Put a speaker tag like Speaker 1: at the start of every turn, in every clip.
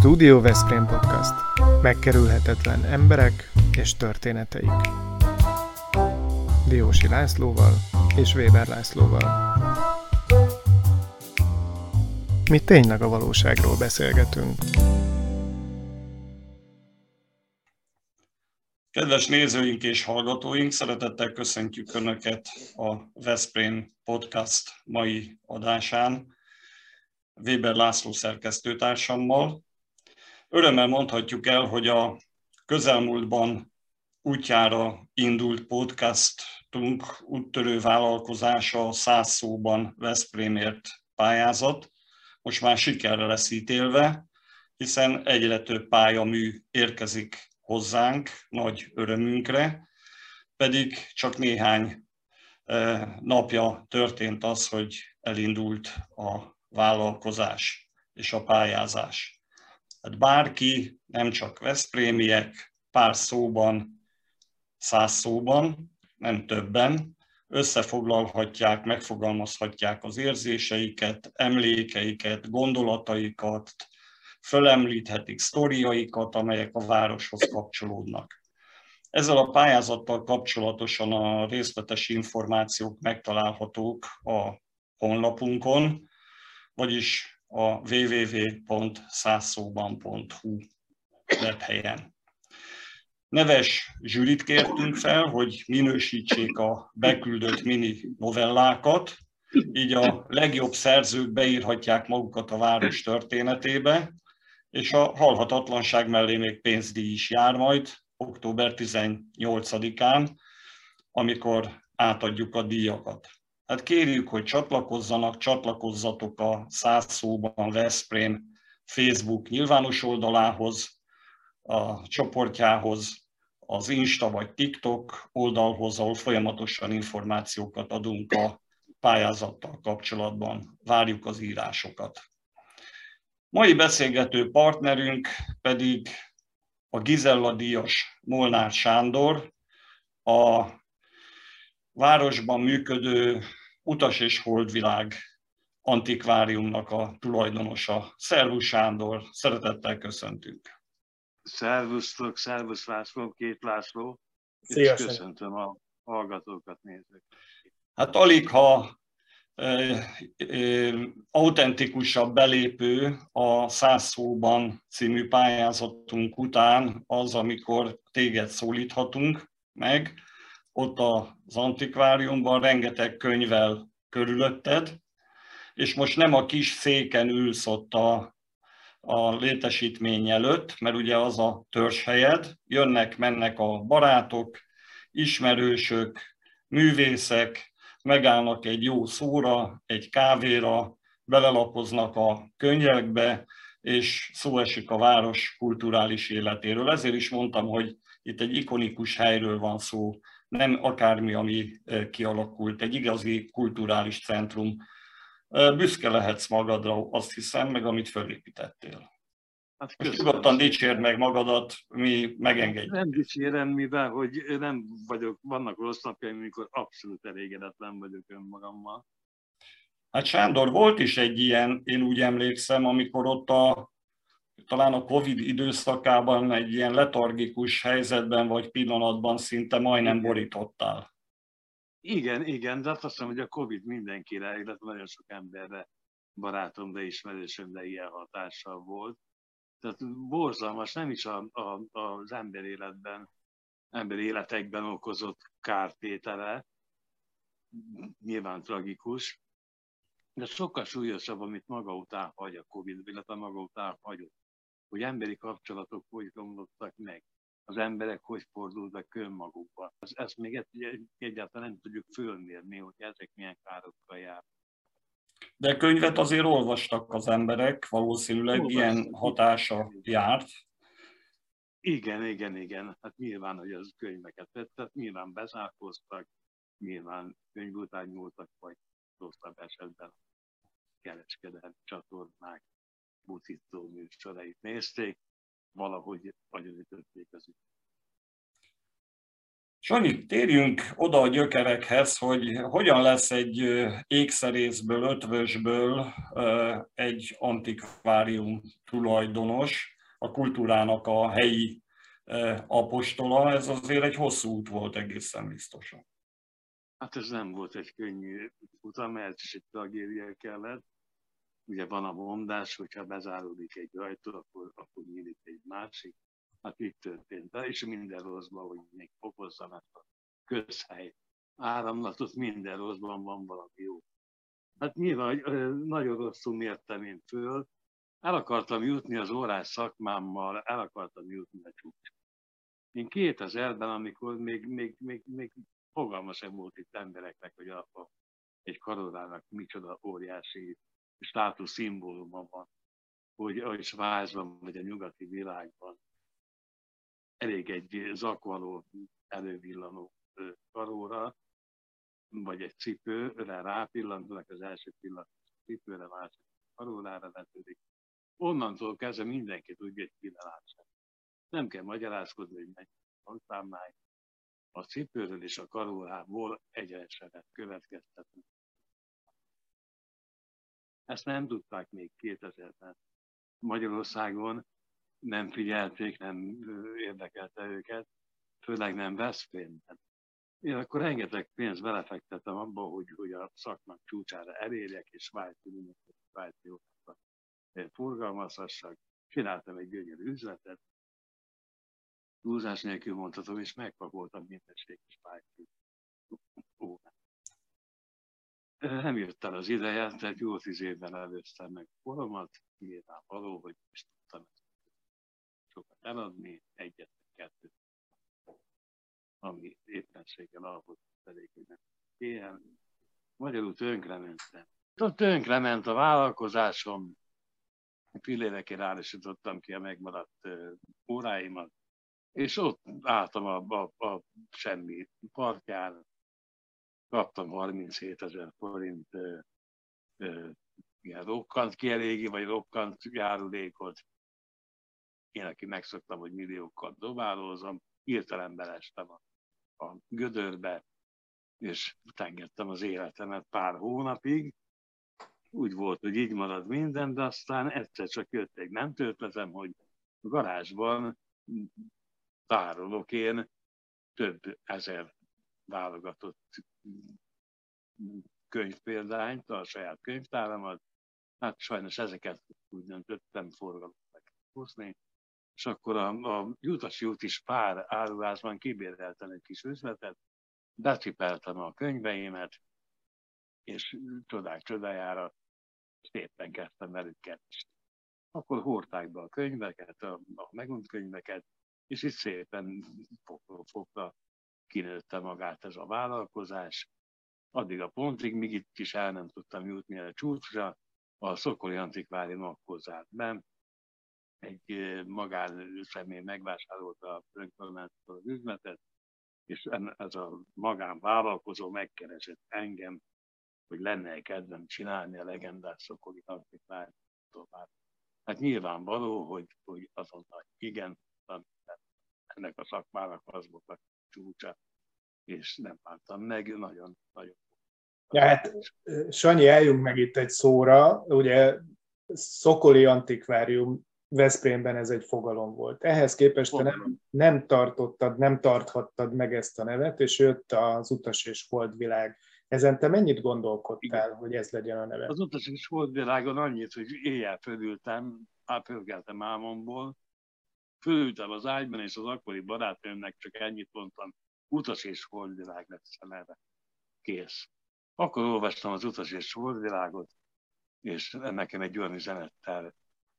Speaker 1: Studio Veszprém Podcast. Megkerülhetetlen emberek és történeteik. Diósi Lászlóval és Weber Lászlóval. Mi tényleg a valóságról beszélgetünk.
Speaker 2: Kedves nézőink és hallgatóink, szeretettel köszöntjük Önöket a Veszprém Podcast mai adásán, Weber László szerkesztőtársammal. Örömmel mondhatjuk el, hogy a közelmúltban útjára indult podcastunk úttörő vállalkozása 100 szóban Veszprémért pályázat. Most már sikerre lesz ítélve, hiszen egyre több pályamű érkezik hozzánk, nagy örömünkre, pedig csak néhány napja történt az, hogy elindult a vállalkozás és a pályázás. Hát bárki, nem csak veszprémiek, pár szóban, 100 szóban, nem többen, összefoglalhatják, megfogalmazhatják az érzéseiket, emlékeiket, gondolataikat, fölemlíthetik sztoriaikat, amelyek a városhoz kapcsolódnak. Ezzel a pályázattal kapcsolatosan a részletes információk megtalálhatók a honlapunkon, vagyis a www.100szóban.hu webhelyen. Neves zsűrit kértünk fel, hogy minősítsék a beküldött mini novellákat, így a legjobb szerzők beírhatják magukat a város történetébe, és a halhatatlanság mellé még pénzdíj is jár majd október 18-án, amikor átadjuk a díjakat. Hát kérjük, hogy csatlakozzatok a 100 szóban Veszprém Facebook nyilvános oldalához, a csoportjához, az Insta vagy TikTok oldalhoz, ahol folyamatosan információkat adunk a pályázattal kapcsolatban. Várjuk az írásokat. Mai beszélgető partnerünk pedig a Gizella-díjas Molnár Sándor, a városban működő Utas és Holdvilág antikváriumnak a tulajdonosa. Szervusz Sándor, szeretettel köszöntünk.
Speaker 3: Szervusztok, szervusz László, két László, és köszöntöm a hallgatókat, nézőket.
Speaker 2: Hát alig, ha autentikusabb belépő a 100 szóban című pályázatunk után az, amikor téged szólíthatunk meg. Ott az antikváriumban rengeteg könyvvel körülötted, és most nem a kis széken ülsz ott a létesítmény előtt, mert ugye az a törzshelyed, jönnek-mennek a barátok, ismerősök, művészek, megállnak egy jó szóra, egy kávéra, belelapoznak a könyvekbe, és szó esik a város kulturális életéről. Ezért is mondtam, hogy itt egy ikonikus helyről van szó, nem akármi, ami kialakult, egy igazi kulturális centrum. Büszke lehetsz magadra, azt hiszem, meg amit fölépítettél. Hát most nyugodtan dicsérd meg magadat, mi megengedjük.
Speaker 3: Nem dicsérem, mivel hogy nem vagyok, vannak rossz napjaim, amikor abszolút elégedetlen vagyok önmagammal.
Speaker 2: Hát Sándor, volt is egy ilyen, én úgy emlékszem, amikor ott talán a Covid időszakában egy ilyen letargikus helyzetben vagy pillanatban szinte majdnem borítottál.
Speaker 3: Igen, de azt hiszem, hogy a Covid mindenkire, illetve nagyon sok emberre, barátomra, ismerősömre ilyen hatással volt. Tehát borzalmas, nem is az ember életekben okozott kártétele, nyilván tragikus, de sokkal súlyosabb, amit maga után hagy a Covid, illetve maga után hagyott, hogy emberi kapcsolatok hogy romlottak meg, az emberek hogy fordultak önmagukba. Ezt még egyáltalán nem tudjuk fölmérni, hogy ezek milyen károkkal jár.
Speaker 2: De könyvet azért olvastak az emberek, valószínűleg ilyen hatása járt.
Speaker 3: Igen. Hát nyilván, hogy az könyveket vettek, nyilván bezárkóztak, nyilván könyv után nyúltak, vagy rosszabb esetben kereskedelmi csatornák, bucító műsorait nézték, valahogy agyonütötték az ügyet.
Speaker 2: Sanyi, térjünk oda a gyökerekhez, hogy hogyan lesz egy ékszerészből, ötvösből egy antikvárium tulajdonos. a kultúrának a helyi apostola, ez azért egy hosszú út volt egészen biztosan.
Speaker 3: Hát ez nem volt egy könnyű utam, mert is egy tragédia kellett. Ugye van a mondás, hogyha bezáródik egy ajtó, akkor nyílik egy másik. Hát így történt. És minden rosszban, hogy még fokozzam ezt a közhely áramlatot, minden rosszban van valami jó. Hát nyilván nagyon rosszul mértem én föl. El akartam jutni az órás szakmámmal, el akartam jutni a csúcsra. Én 2000-ben, amikor még fogalma sem volt itt embereknek, hogy egy karolának micsoda óriási státusz szimbóluma van, hogy Svájcban vagy a nyugati világban elég egy zakvaló, elővillanó karóra, vagy egy cipőre rápillantanak, az első pillanat cipőre, másik karórára vetődik. Onnantól kezdve mindenki tudja, hogy kire látszik. Nem kell magyarázkodni, hogy mennyi hangszámlány. A cipőről és a karórából egyenesen következtetni. Ezt nem tudták még 2000-ben. Magyarországon nem figyelték, nem érdekelte őket, főleg nem Veszprémben. Én akkor rengeteg pénzt belefektettem abba, hogy a szakmák csúcsára elérjek, és svájci okokat forgalmazhassak. Csináltam egy gyönyörű üzletet, túlzás nélkül mondhatom, és megpakoltam mindenséges svájci órát. Nem jött el az ideje, tehát jó 10 évben előztem meg a koromat, nyilvánvaló, hogy is tudtam sokat eladni, egyet, kettőt, ami éppenséggel ahhoz pedig, hogy nem éljen. Magyarul tönkrementem. Tönkrement a vállalkozásom, fillérekért állítsítottam ki a megmaradt óráimat, és ott álltam a semmi parkján, kaptam 37 000 forint ilyen rokkant kielégi, vagy rokkant járulékot. Én, aki megszoktam, hogy milliókat dobálózom, hirtelen belestem a gödörbe, és tengettem az életemet pár hónapig. Úgy volt, hogy így marad minden, de aztán egyszer csak jött egy mentőtletem, hogy a garázsban tárolok én több ezer válogatott könyvpéldányt, a saját könyvtáramat. Hát sajnos ezeket úgy döntöttem forgalomba hozni. És akkor a Jutasi út is pár árulásban kibéreltem egy kis üzletet, becipeltem a könyveimet, és csodák csodájára szépen kezdtem velük keresni. Akkor hordták be a könyveket, a megunt könyveket, és itt szépen fogta kinőtte magát ez a vállalkozás. Addig a pontig, míg itt is el nem tudtam jutni a csúcsra, a Szokoli Antikvárium akkor zárt be. Egy magánszemély megvásárolta a önkormányzattól az üzletet, és ez a magánvállalkozó megkeresett engem, hogy lenne kedvem csinálni a legendás Szokoli Antikváriumot tovább. Hát nyilvánvaló, hogy azonnal igen, ennek a szakmának az volt a csúcsa, és nem bántam meg, nagyon.
Speaker 1: Ja, hát Sanyi, álljunk meg itt egy szóra, ugye Szokoli Antikvárium Veszprémben ez egy fogalom volt. Ehhez képest te nem tarthattad meg ezt a nevet, és jött az Utas és Holdvilág. Ezen te mennyit gondolkodtál, igen, hogy ez legyen a neve?
Speaker 3: Az Utas és Holdvilágon annyit, hogy éjjel fölkeltem álmomból, fölültem az ágyban, és az akkori barátnőmnek csak ennyit mondtam, Utas és Holdvilág lesz a neve. Kész. Akkor olvastam az Utas és Holdvilágot, és nekem egy olyan üzenettel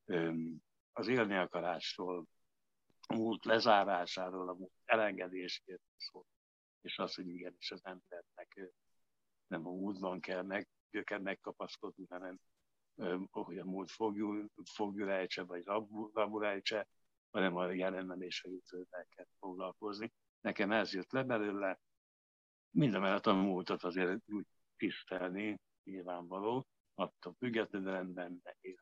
Speaker 3: az élni akarásról, a múlt lezárásáról, a múlt elengedésért szól, és az, hogy igenis az embernek nem a múltban kell megkapaszkodni, hanem hogy a múlt fogjul ejtse, vagy rabul ejtse, hanem a jelennel és a jövővel kell foglalkozni. Nekem ez jött le belőle, mindemellett a múltat azért úgy tisztelni, nyilvánvaló, attól függetlenül rendben él.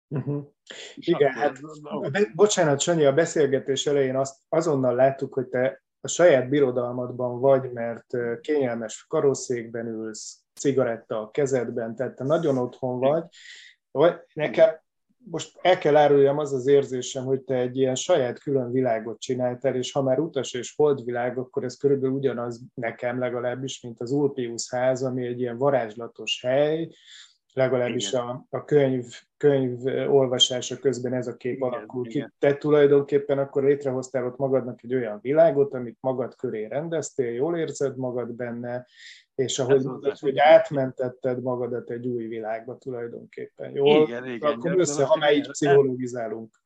Speaker 1: Igen, hát bocsánat, Sanyi, a beszélgetés elején azonnal láttuk, hogy te a saját birodalmadban vagy, mert kényelmes karosszékben ülsz, cigaretta a kezedben, tehát te nagyon otthon vagy. Nekem most el kell áruljam, az az érzésem, hogy te egy ilyen saját külön világot csináltál, és ha már utas és holdvilág, akkor ez körülbelül ugyanaz nekem legalábbis, mint az Ulpius ház, ami egy ilyen varázslatos hely, legalábbis a könyv olvasása közben ez a kép alakul ki. Te tulajdonképpen akkor létrehoztál ott magadnak egy olyan világot, amit magad köré rendeztél, jól érzed magad benne, és ahogy mondod, hogy átmentetted magadat egy új világba tulajdonképpen. Jól?
Speaker 3: Igen.
Speaker 1: Akkor ha már így pszichológizálunk.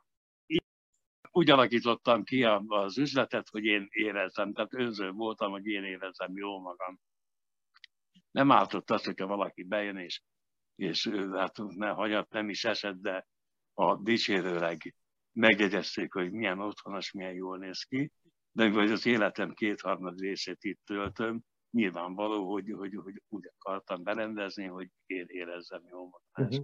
Speaker 3: Úgy alakítottam ki az üzletet, hogy én érezem, tehát önző voltam, hogy én érezem jól magam. Nem ártott az, hogyha valaki bejön, és hát ne hagyat, nem is esett, de a dicsérőleg megjegyezték, hogy milyen otthonos, milyen jól néz ki, de hogy az életem 2/3 részét itt töltöm, nyilvánvaló, hogy úgy akartam berendezni, hogy én érezzem jól magam.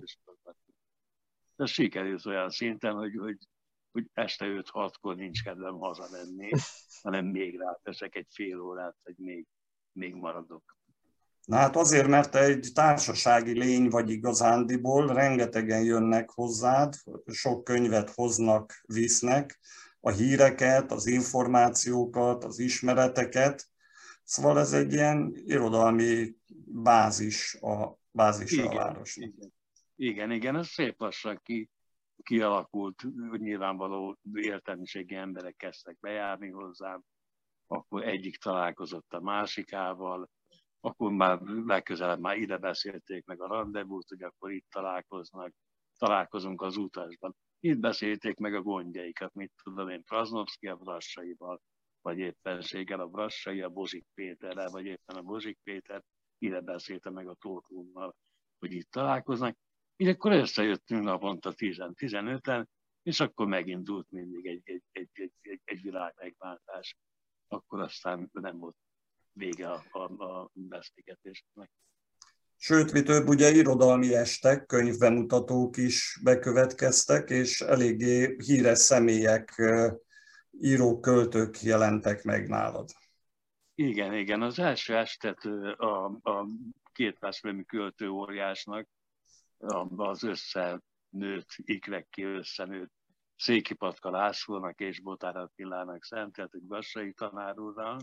Speaker 3: De sikerült olyan szinten, hogy este 5-6-kor nincs kedvem hazamenni, hanem még ráteszek egy fél órát, hogy még maradok.
Speaker 2: Na hát azért, mert te egy társasági lény vagy igazándiból, rengetegen jönnek hozzád, sok könyvet hoznak, visznek, a híreket, az információkat, az ismereteket, szóval ez egy ilyen irodalmi bázis a városnak.
Speaker 3: Igen, ez szép lassan kialakult, hogy nyilvánvaló értelmiségi emberek kezdtek bejárni hozzám, akkor egyik találkozott a másikával, akkor már legközelebb már ide beszélték meg a randevút, hogy akkor itt találkozunk az utasban. Itt beszélték meg a gondjaikat, mit tudom én, Krasnovszky a Brassaival, vagy éppenséggel a Brassai a Bozsik Péterrel, vagy éppen a Bozsik Péter ide beszélte meg a Tóth Hunnal, hogy itt találkoznak. Így akkor összejöttünk naponta 10-15-en, és akkor megindult mindig egy világ megváltás. Akkor aztán nem volt vége a beszélgetésnek.
Speaker 2: Sőt, mi több, ugye irodalmi estek, könyvbemutatók is bekövetkeztek, és eléggé híres személyek, írók, költők jelentek meg nálad.
Speaker 3: Igen, az első estet a kétvászlómi költő óriásnak, az összenőtt, ikrek összenőtt Széki Patka Lászlónak és Botár Attilának szenteltük Brassai tanár úrral.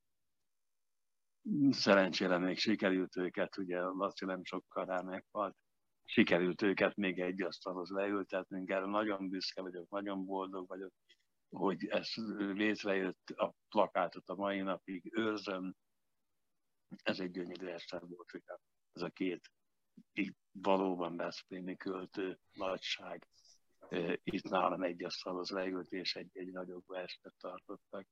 Speaker 3: Szerencsére még sikerült őket, ugye Laci nem sokkal rá meghalt, sikerült őket még egy asztalhoz leültetnünk, erre nagyon büszke vagyok, nagyon boldog vagyok, hogy ez létrejött, a plakátot a mai napig őrzöm. Ez egy gyönyörű este volt, hogy ez a két valóban veszprémi költő nagyság itt nálam egy asztalhoz leült, és egy nagyobb estet tartottak.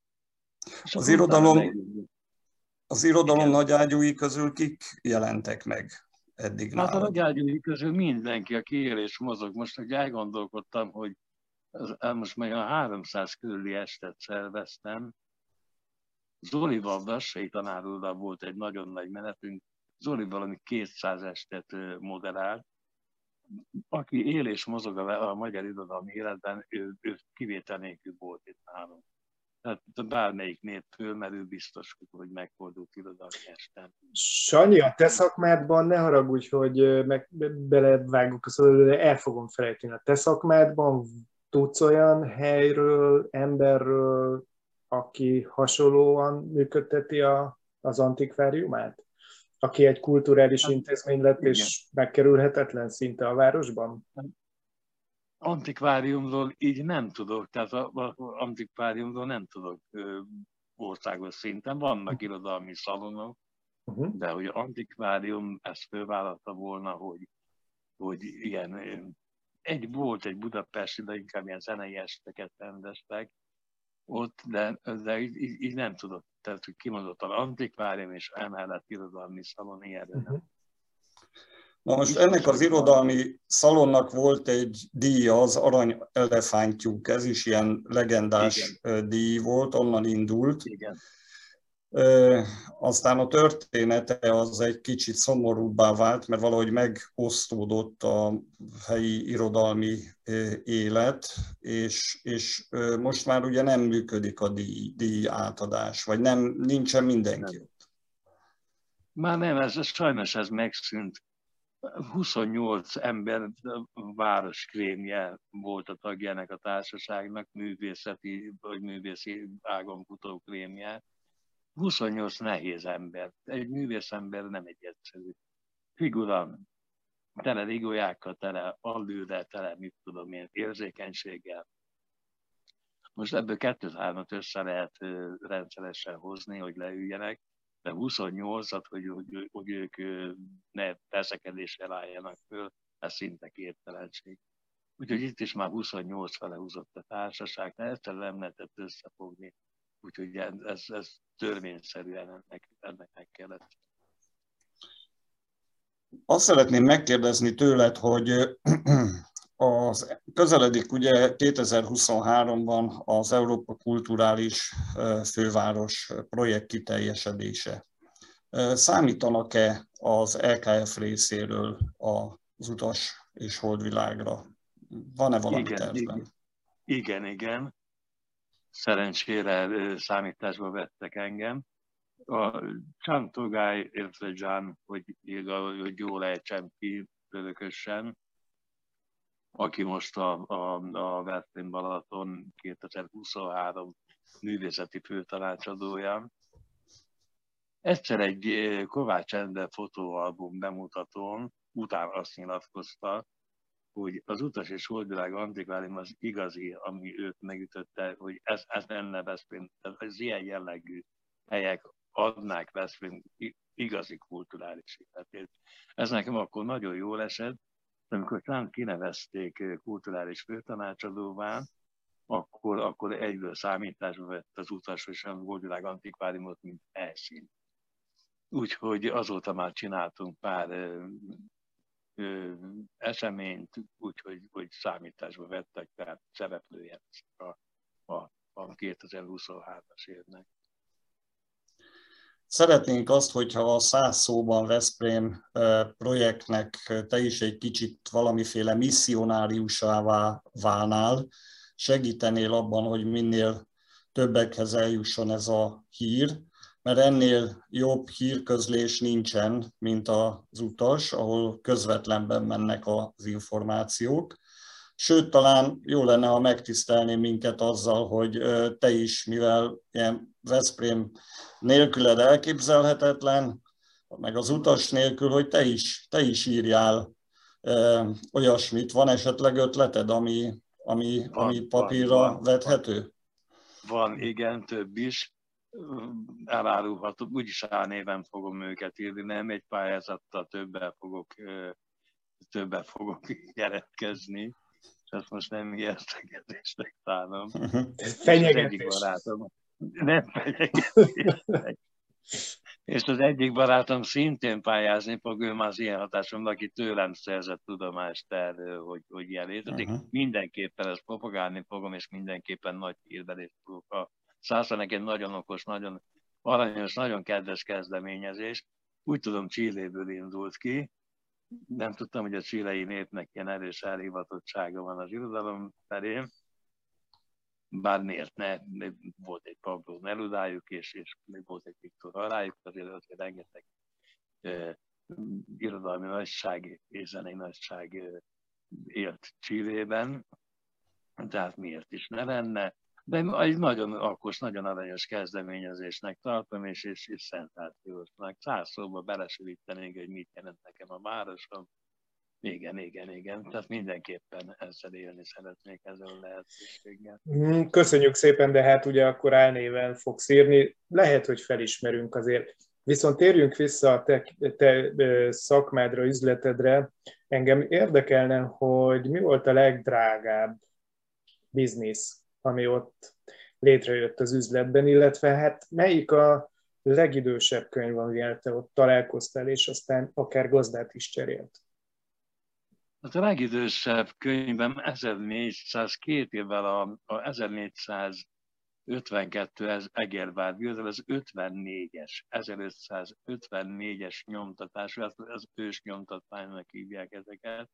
Speaker 2: Az irodalom nagyágyúi közül kik jelentek meg eddig nálad?
Speaker 3: Hát a nagyágyúi közül mindenki, aki él és mozog. Most, hogy elgondolkodtam, hogy most már a 300 körüli estet szerveztem. Zolival, Brassai tanár úrral volt egy nagyon nagy menetünk. Zoli valami 200 estet moderált. Aki él és mozog a magyar irodalmi életben, ő kivétel nélkül volt itt nálam. Tehát bármelyik nép fölmerül, biztos, hogy megfordult irodalmi esten.
Speaker 1: Sanyi, a te szakmádban, ne haragudj, hogy belevágok a szóval, de el fogom felejteni. A te szakmádban tudsz olyan helyről, emberről, aki hasonlóan működteti az antikváriumát? Aki egy kulturális intézmény lett, és megkerülhetetlen szinte a városban?
Speaker 3: Antikváriumról így nem tudok, tehát az antikváriumról nem tudok országos szinten. Vannak irodalmi szalonok, de hogy antikvárium ezt fölvállalta volna, hogy ilyen, volt egy budapesti, de inkább ilyen zenei esteket rendeztek ott, de így nem tudok. Tehát, hogy kimondottan antikvárium és emellett irodalmi szalon, ilyenre nem.
Speaker 2: Na most ennek az irodalmi szalonnak volt egy díja, az Arany Elefántjuk, ez is ilyen legendás díj volt, onnan indult.
Speaker 3: Igen.
Speaker 2: Aztán a története az egy kicsit szomorúbbá vált, mert valahogy megosztódott a helyi irodalmi élet, és most már ugye nem működik a díj átadás, vagy nincsen mindenki ott.
Speaker 3: Már nem, sajnos ez megszűnt. 28 ember városkrémje volt a tagja ennek a társaságnak, művészeti vagy művészi ágon futó krémje. 28 nehéz ember. Egy művész ember nem egy egyszerű figura, tele rigójákkal, tele allőre, tele mit tudom én, érzékenységgel. Most ebből 2-3-at össze lehet rendszeresen hozni, hogy leüljenek, de 28-at, hogy ők ne veszekedéssel álljanak föl, ez szinte képtelenség. Úgyhogy itt is már 28 fele húzott a társaság, de ezt nem lehetett összefogni. Úgyhogy ez törvényszerűen ennek meg kellett.
Speaker 2: Azt szeretném megkérdezni tőled, hogy közeledik ugye 2023-ban az Európa Kulturális Főváros projekt kiteljesedése. Számítanak-e az LKF részéről az utas és holdvilágra? Van-e valami tervben?
Speaker 3: Igen. Szerencsére számításba vettek engem. A Csantogály, illetve Dzsán, hogy jól ejtsem ki örökösen, aki most a Veszprém Balaton 2023 művészeti főtanácsadója. Egyszer egy Kovács Endre fotóalbum bemutatón utána azt nyilatkozta, hogy az Utas és Holdvilág Antikvárium az igazi, ami őt megütötte, hogy ez lenne Veszprém, ez ilyen jellegű helyek adnák Veszprém igazi kulturális életét. Ez nekem akkor nagyon jól esett, amikor talán kinevezték kulturális főtanácsadóvá, akkor egyből számításba vett az Utas és a Holdvilág Antikváriumot, mint helyszín. Úgyhogy azóta már csináltunk pár eseményt, úgyhogy számításba vettek, tehát szereplője a 2023-as évnek.
Speaker 2: Szeretnénk azt, hogyha a 100 szóban Veszprém projektnek te is egy kicsit valamiféle misszionáriusává válnál, segítenél abban, hogy minél többekhez eljusson ez a hír, mert ennél jobb hírközlés nincsen, mint az Utas, ahol közvetlenben mennek az információk. Sőt, talán jó lenne, ha megtisztelné minket azzal, hogy te is, mivel ilyen Veszprém nélküled elképzelhetetlen, meg az Utas nélkül, hogy te is írjál olyasmit. Van esetleg ötleted, ami papírra vethető?
Speaker 3: Van, igen, több is. Elárulhatom, úgyis álnéven fogom őket írni, nem egy pályázattal többel fogok jelentkezni. És ezt most nem ijesztgetésnek szánom.
Speaker 1: Fenyegetés.
Speaker 3: Nem fenyegetés. És az egyik barátom szintén pályázni fog, ő már az ilyen hatásomban, aki tőlem szerzett tudomást erről, hogy ilyen létezik. Mindenképpen ezt propagálni fogom, és mindenképpen nagy hírverést fogok. A Szászlának egy nagyon okos, nagyon aranyos, nagyon kedves kezdeményezés. Úgy tudom, Chiléből indult ki. Nem tudtam, hogy a chilei népnek ilyen erős elhivatottsága van az irodalom felé. Bár miért ne, volt egy Pablo Nerudájuk, és még volt egy Viktor Arájuk, azért rengeteg irodalmi nagyság és zenei nagyság élt Chilében, tehát miért is ne lenne. De egy nagyon okos, nagyon aranyos kezdeményezésnek tartom, és szenzációsnak. 100 szóba belesülítenék, hogy mit jelent nekem a városom. Igen. Tehát mindenképpen ezzel élni szeretnék, ezzel a lehetőséggel.
Speaker 1: Köszönjük szépen, de hát ugye akkor álnéven fogsz írni. Lehet, hogy felismerünk azért. Viszont térjünk vissza a te szakmádra, üzletedre. Engem érdekelne, hogy mi volt a legdrágább biznisz, ami ott létrejött az üzletben, illetve hát melyik a legidősebb könyv, amivel te ott találkoztál, és aztán akár gazdát is cserélt?
Speaker 3: Hát a legidősebb könyvem 1400, 2 évvel a 1452 Egervár Győző, az 54-es, 1554-es nyomtatású, az ős nyomtatványnak hívják ezeket,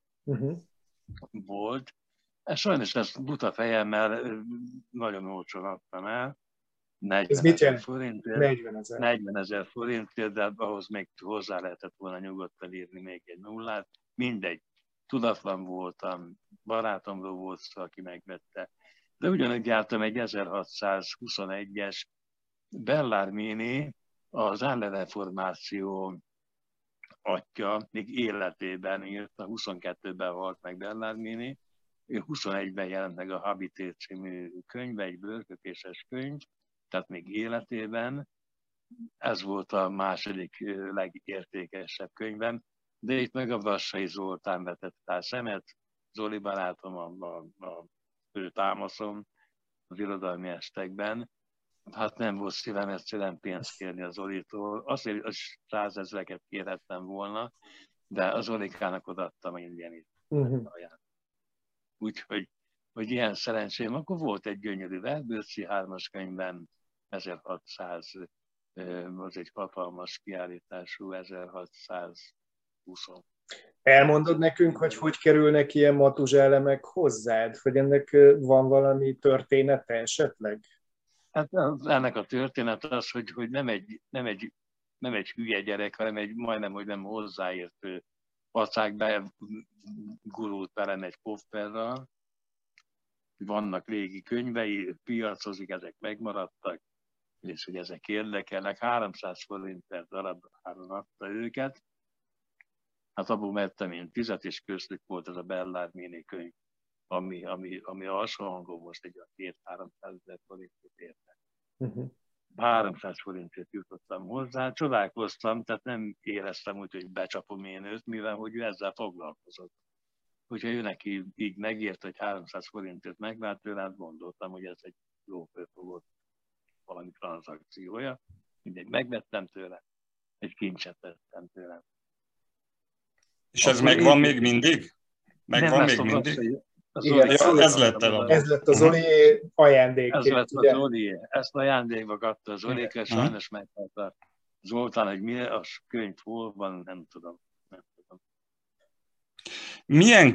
Speaker 3: volt. Sajnos ezt buta fejemmel nagyon olcsón adtam el, 40 000 forintért.
Speaker 1: 40
Speaker 3: 000 forintért, de ahhoz még hozzá lehetett volna nyugodtan írni még egy nullát. Mindegy. Tudatlan voltam, barátomról volt szó, aki megvette. De ugyanúgy jártam egy 1621-es Bellarmini, az ellenreformáció atya, még életében írta, 22-ben halt meg Bellarmini, 21-ben jelent meg a Habité című könyv, egy bőrkökéses könyv, tehát még életében. Ez volt a második legértékesebb könyvem, de itt meg a Vassai Zoltán vetett rá szemet, Zoli barátom, a ő támaszom az irodalmi estekben. Hát nem volt szívem egyszerűen pénzt kérni az Zolitól. Azért 100 000-eket kérhettem volna, de az Zolikának odaadtam ingyenit. Úgyhogy hogy ilyen szerencsém, akkor volt egy gyönyörű Verbőci 3-as könyvben, 1600, az egy hatalmas kiállítású, 1620.
Speaker 1: Elmondod nekünk, hogy kerülnek ilyen matuzselemek hozzád? Hogy ennek van valami története esetleg?
Speaker 3: Hát ennek a történet az, hogy nem egy hülye gyerek, hanem majdnem, hogy nem hozzáértő pacák begurult velem egy kofferral. Vannak régi könyvei, piacozik, ezek megmaradtak, és hogy ezek érdekelnek. 300 forint per darabáron adta őket. Hát abból vettem én 10, és köztük volt ez a Bellarmini könyv, ami alsó hangon most egy 200-300 000 forintot érte. 300 forintért jutottam hozzá, csodálkoztam, tehát nem éreztem úgy, hogy becsapom én őt, mivel hogy ő ezzel foglalkozott. Hogyha ő neki így megért, hogy 300 forintért megvált tőle, hát gondoltam, hogy ez egy jó fölfogott valami tranzakciója. Mindegy, megvettem tőle, egy kincset vettem tőle.
Speaker 2: És ez megvan még mindig? Megvan még mindig? Ez lett
Speaker 1: a Zoli ajándék.
Speaker 3: Ez lett a Zoli, ezt ajándékba kapta a Zoli, és sajnos meghalt a Zoltán, hogy mi a könyv hol van, nem tudom.
Speaker 2: Milyen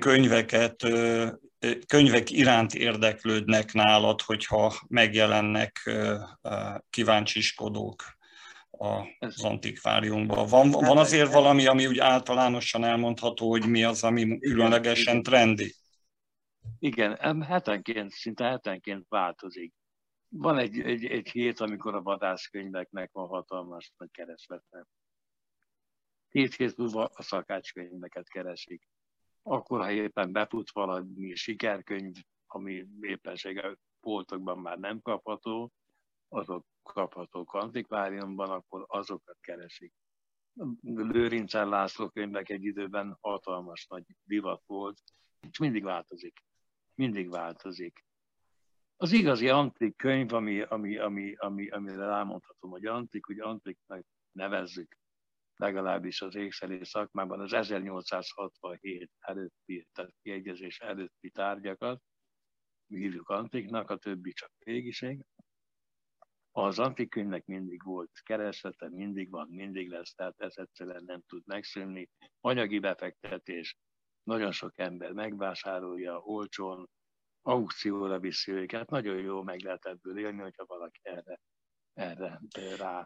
Speaker 2: könyvek iránt érdeklődnek nálad, hogyha megjelennek kíváncsiskodók az antikváriumban? Van azért valami, ami úgy általánosan elmondható, hogy mi az, ami különlegesen trendi?
Speaker 3: Igen, szinte hetenként változik. Van egy hét, amikor a vadászkönyveknek van hatalmas nagy kereslete. 2 hét múlva a szakácskönyveket keresik. Akkor, ha éppen befut valami sikerkönyv, ami éppenséggel boltokban már nem kapható, azok kaphatók antikváriumban, akkor azokat keresik. Lőrincen László könyvek egy időben hatalmas nagy divat volt, és mindig változik. Mindig változik. Az igazi antik könyv, amire rámondhatom, hogy antiknak nevezzük, legalábbis az ékszerész szakmában az 1867 előtti, tehát kiegyezés előtti tárgyakat, mi hívjuk antiknak, a többi csak régiség. Az antik könyvnek mindig volt kereslete, mindig van, mindig lesz, tehát ez egyszerűen nem tud megszűnni. Anyagi befektetés, nagyon sok ember megvásárolja olcsón, aukcióra viszi őket, nagyon jó meg lehet ebből élni, hogyha valaki erre rá.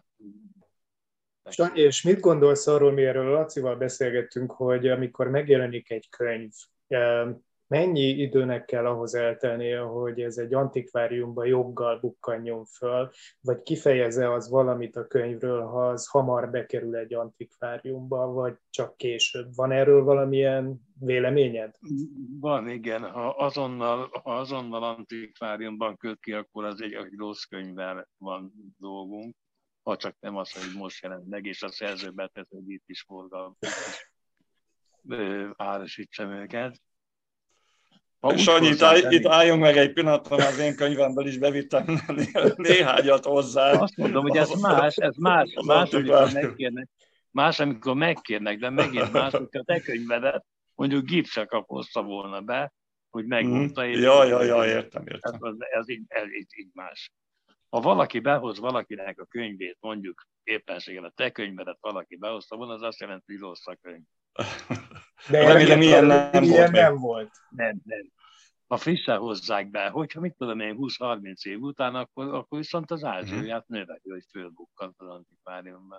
Speaker 1: És mit gondolsz arról, mi erről Lacival beszélgettünk, hogy amikor megjelenik egy könyv, mennyi időnek kell ahhoz eltelnie, hogy ez egy antikváriumban joggal bukkanjon föl, vagy kifejezze az valamit a könyvről, ha az hamar bekerül egy antikváriumba, vagy csak később? Van erről valamilyen véleményed?
Speaker 3: Van, igen. Ha azonnal antikváriumban köt ki, akkor az egy rossz könyvvel van dolgunk. Ha csak nem az, hogy most jelent meg, és a szerző betett, hogy itt is forgalmat, árasítsam őket.
Speaker 2: Sanyi, itt álljunk meg egy pillanatra, az én könyvemből is bevittem néhányat hozzá.
Speaker 3: Azt mondom, hogy ez más, amikor megkérnek, de megint más, hogyha te könyvedet, mondjuk Gipsek hozta volna be, hogy megmondta.
Speaker 2: Értem.
Speaker 3: Ez így más. Ha valaki behoz valakinek a könyvét, mondjuk éppenséggel a te könyvedet valaki behozta volna, az azt jelenti, hogy rossz a könyv.
Speaker 1: De remélem, ilyen nem volt.
Speaker 3: Nem. ha frissen hozzák be, hogyha mit tudom én 20-30 év után, akkor viszont az ázsióját növeli, hogy fölbukkant az antikváriumban.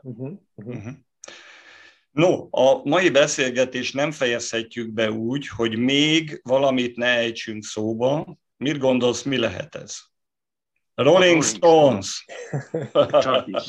Speaker 2: No, a mai beszélgetést nem fejezhetjük be úgy, hogy még valamit ne ejtsünk szóba. Mit gondolsz, mi lehet ez? Rolling Stones!
Speaker 3: Csak is.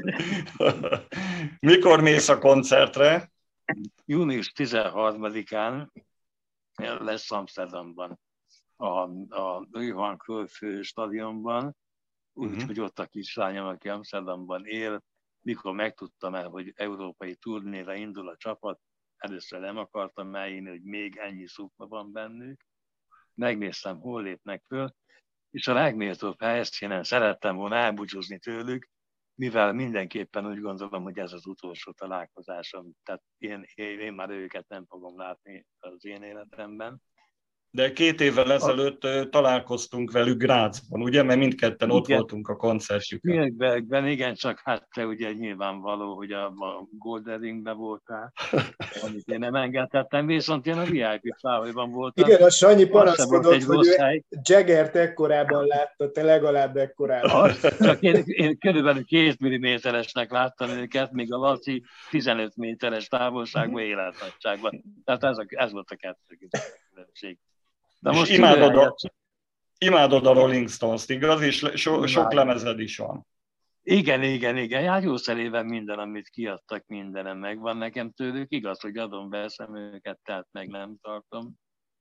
Speaker 2: Mikor mész a koncertre?
Speaker 3: Június 13-án lesz Amsterdamban, a Johan Cruyff stadionban, úgyhogy ott a kislányom, aki Amsterdamban él, mikor megtudtam el, hogy európai turnéra indul a csapat, először nem akartam elhinni, hogy még ennyi szupla van bennük. Megnéztem, hol lépnek föl, és a legméltóbb helyszínen szerettem volna elbúcsúzni tőlük, mivel mindenképpen úgy gondolom, hogy ez az utolsó találkozásom. Tehát én már őket nem fogom látni az én életemben.
Speaker 2: De 2 évvel ezelőtt találkoztunk velük Grazban, ugye? Mert mindketten ott voltunk a koncertjükön.
Speaker 3: Spielbergben, igen, csak hát te ugye nyilvánvaló, hogy a Golden Ringben voltál, amit én nem engedhettem, viszont én a VIP szállóban voltam.
Speaker 1: Igen, a Sanyi panaszkodott, hogy Jaggert ekkorában látta, te legalább ekkorában.
Speaker 3: Csak én körülbelül 2 milliméteresnek láttam őket, míg a Laci 15 méteres távolságban, életnagyságban. Tehát ez volt a kettő különbség. De most
Speaker 2: imádod a Rolling Stones-t, igaz? És sok lemezed is van.
Speaker 3: Igen. Já, jószerében minden, amit kiadtak, mindenem megvan nekem tőlük. Igaz, hogy adom, veszem őket, tehát meg nem tartom.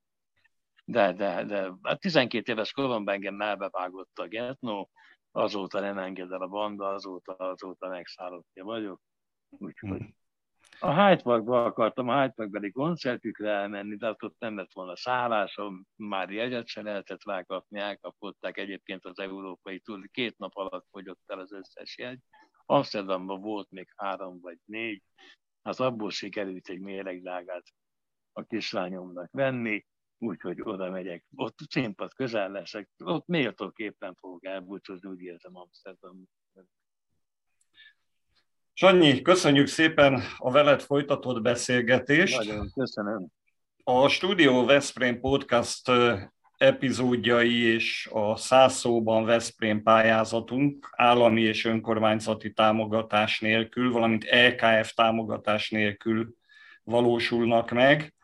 Speaker 3: De 12 éves koromban engem elbevágott a Getno, azóta nem enged el a banda, azóta megszállottja vagyok. Úgyhogy a Hyde Parkba akartam, a Hyde Parkbeli koncertükre elmenni, de ott nem lett volna szállásom, már jegyet se lehetett rá kapni, elkapották egyébként az európai túl, 2 nap alatt fogyott el az összes jegy. Amsterdamban volt még 3 vagy 4, hát abból sikerült egy méregdrágát a kislányomnak venni, úgyhogy oda megyek, ott színpad közel leszek, ott méltóképpen fogok elbúcsúzni, úgy érzem Amsterdamban.
Speaker 2: Sanyi, köszönjük szépen a veled folytatott beszélgetést.
Speaker 3: Nagyon köszönöm.
Speaker 2: A Studio Veszprém podcast epizódjai és a 100 szóban Veszprém pályázatunk állami és önkormányzati támogatás nélkül, valamint EKF támogatás nélkül valósulnak meg.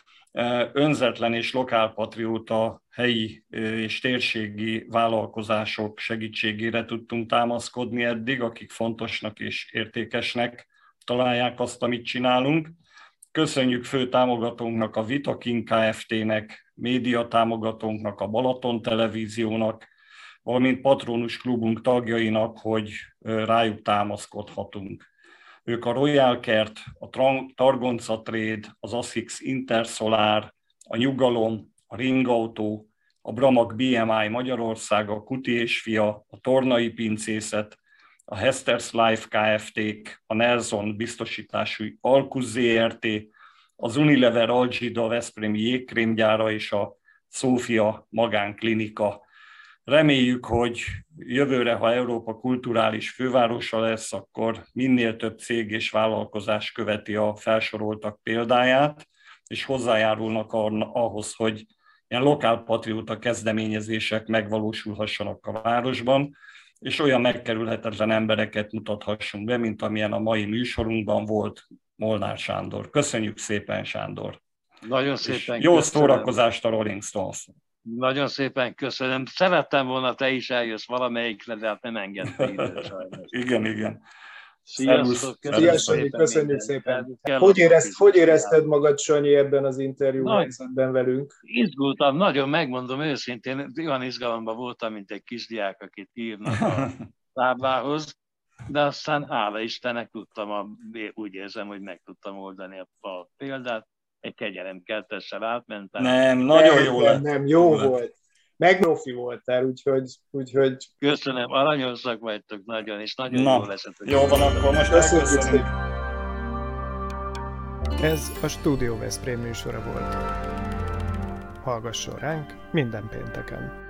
Speaker 2: Önzetlen és lokálpatrióta helyi és térségi vállalkozások segítségére tudtunk támaszkodni eddig, akik fontosnak és értékesnek találják azt, amit csinálunk. Köszönjük fő támogatónknak, a Vitakin Kft-nek, média támogatónknak, a Balaton Televíziónak, valamint patronus klubunk tagjainak, hogy rájuk támaszkodhatunk. Ők a Royal Kert, a Targonca Trade, az ASICS Intersolar, a Nyugalom, a Ringautó, a Bramag BMI Magyarország, a Kuti és Fia, a Tornai Pincészet, a Hester's Life Kft-k, a Nelson biztosítású Alkusz Zrt., az Unilever Algida veszprémi jégkrémgyára és a Szófia Magánklinika. Reméljük, hogy jövőre, ha Európa kulturális fővárosa lesz, akkor minél több cég és vállalkozás követi a felsoroltak példáját, és hozzájárulnak ahhoz, hogy ilyen lokálpatrióta kezdeményezések megvalósulhassanak a városban, és olyan megkerülhetetlen embereket mutathassunk be, mint amilyen a mai műsorunkban volt Molnár Sándor. Köszönjük szépen, Sándor!
Speaker 3: Nagyon szépen
Speaker 2: jó szórakozást a Rolling Stones!
Speaker 3: Nagyon szépen köszönöm. Szerettem volna, te is eljössz valamelyikre, de hát nem engedte idő sajnos.
Speaker 2: Igen.
Speaker 3: Sziasztok!
Speaker 1: Köszönjük szépen! Hogy érezted magad, Sanyi, ebben az interjú helyzetben velünk?
Speaker 3: Izgultam, nagyon megmondom őszintén, olyan izgalomban voltam, mint egy kisdiák, akit írnak a táblához, de aztán hála Istennek úgy érzem, hogy meg tudtam oldani a példát. Egy kegyelem kertessel átmentem.
Speaker 2: Nem, nagyon jó lett.
Speaker 1: Nem, jó volt. Megnofi voltál, úgyhogy...
Speaker 3: Köszönöm, aranyosak vagytok nagyon, és nagyon jó lesz.
Speaker 2: Jó van, akkor most elköszönjük.
Speaker 4: Ez a Studio Veszprém műsora volt. Hallgasson ránk minden pénteken!